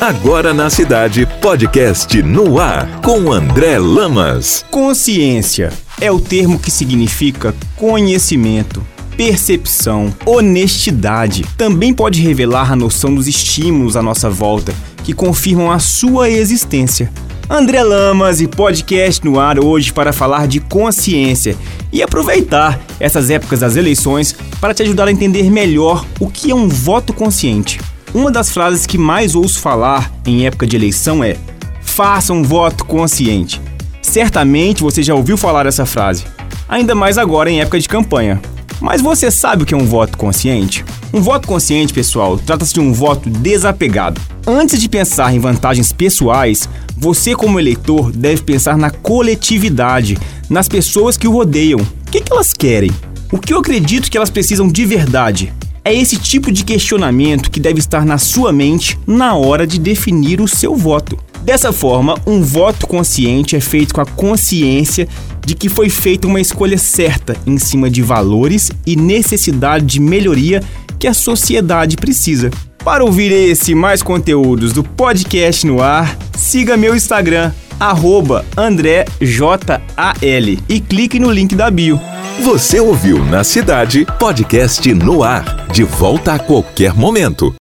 Agora na Cidade, podcast no ar, com André Lamas. Consciência é o termo que significa conhecimento, percepção, honestidade. Também pode revelar a noção dos estímulos à nossa volta, que confirmam a sua existência. André Lamas e podcast no ar hoje para falar de consciência e aproveitar essas épocas das eleições para te ajudar a entender melhor o que é um voto consciente. Uma das frases que mais ouço falar em época de eleição é: faça um voto consciente. Certamente você já ouviu falar essa frase, ainda mais agora em época de campanha. Mas você sabe o que é um voto consciente? Um voto consciente, pessoal, trata-se de um voto desapegado. Antes de pensar em vantagens pessoais, você como eleitor deve pensar na coletividade, nas pessoas que o rodeiam. O que elas querem? O que eu acredito que elas precisam de verdade? É esse tipo de questionamento que deve estar na sua mente na hora de definir o seu voto. Dessa forma, um voto consciente é feito com a consciência de que foi feita uma escolha certa em cima de valores e necessidade de melhoria que a sociedade precisa. Para ouvir esse e mais conteúdos do podcast no ar, siga meu Instagram, @AndréJAL, e clique no link da bio. Você ouviu Na Cidade, podcast no ar, de volta a qualquer momento.